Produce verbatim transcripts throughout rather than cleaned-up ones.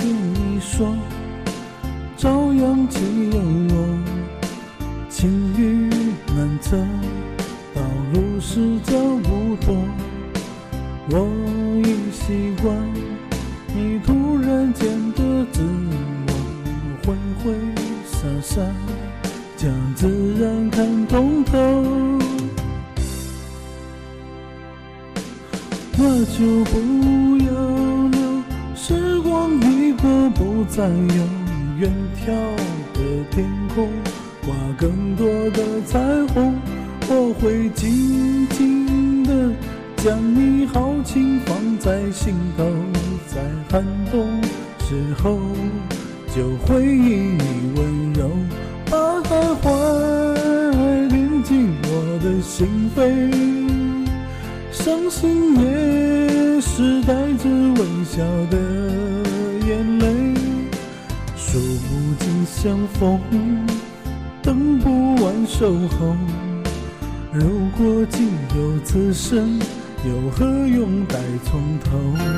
听你说，朝阳起有我，情雨难测，道路是走不脱。我已习惯你突然间的自我，挥挥洒洒，将自然看通透。那就不要留，时光一过不再有远眺的天空，挂更多的彩虹。我会静静地将你豪情放在心头，在寒冬时候就回忆你温柔，把开怀填进我的心扉。伤心也是带着微笑的眼泪，数不尽相逢，等不完守候。如果仅有此生，又何用待从头？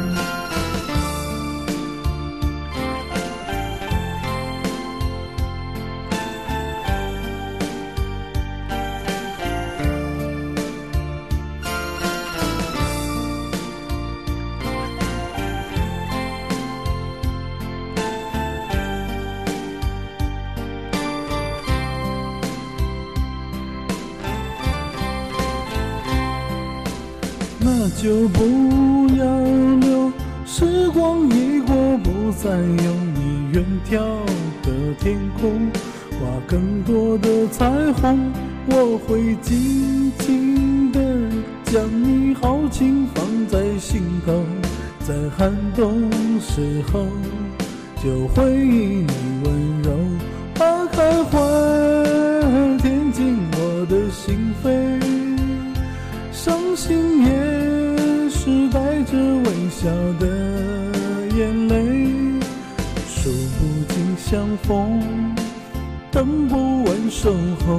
那就不要留，时光一过不再有你远眺的天空，挂更多的彩虹。我会静静地将你豪情放在心头，在寒冬时候就回忆你温柔，把开怀填进我的心扉。伤心也是带着微笑的眼泪，数不尽相逢，等不完守候。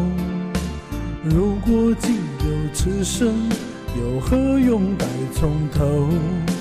如果仅有此生，又何用待从头？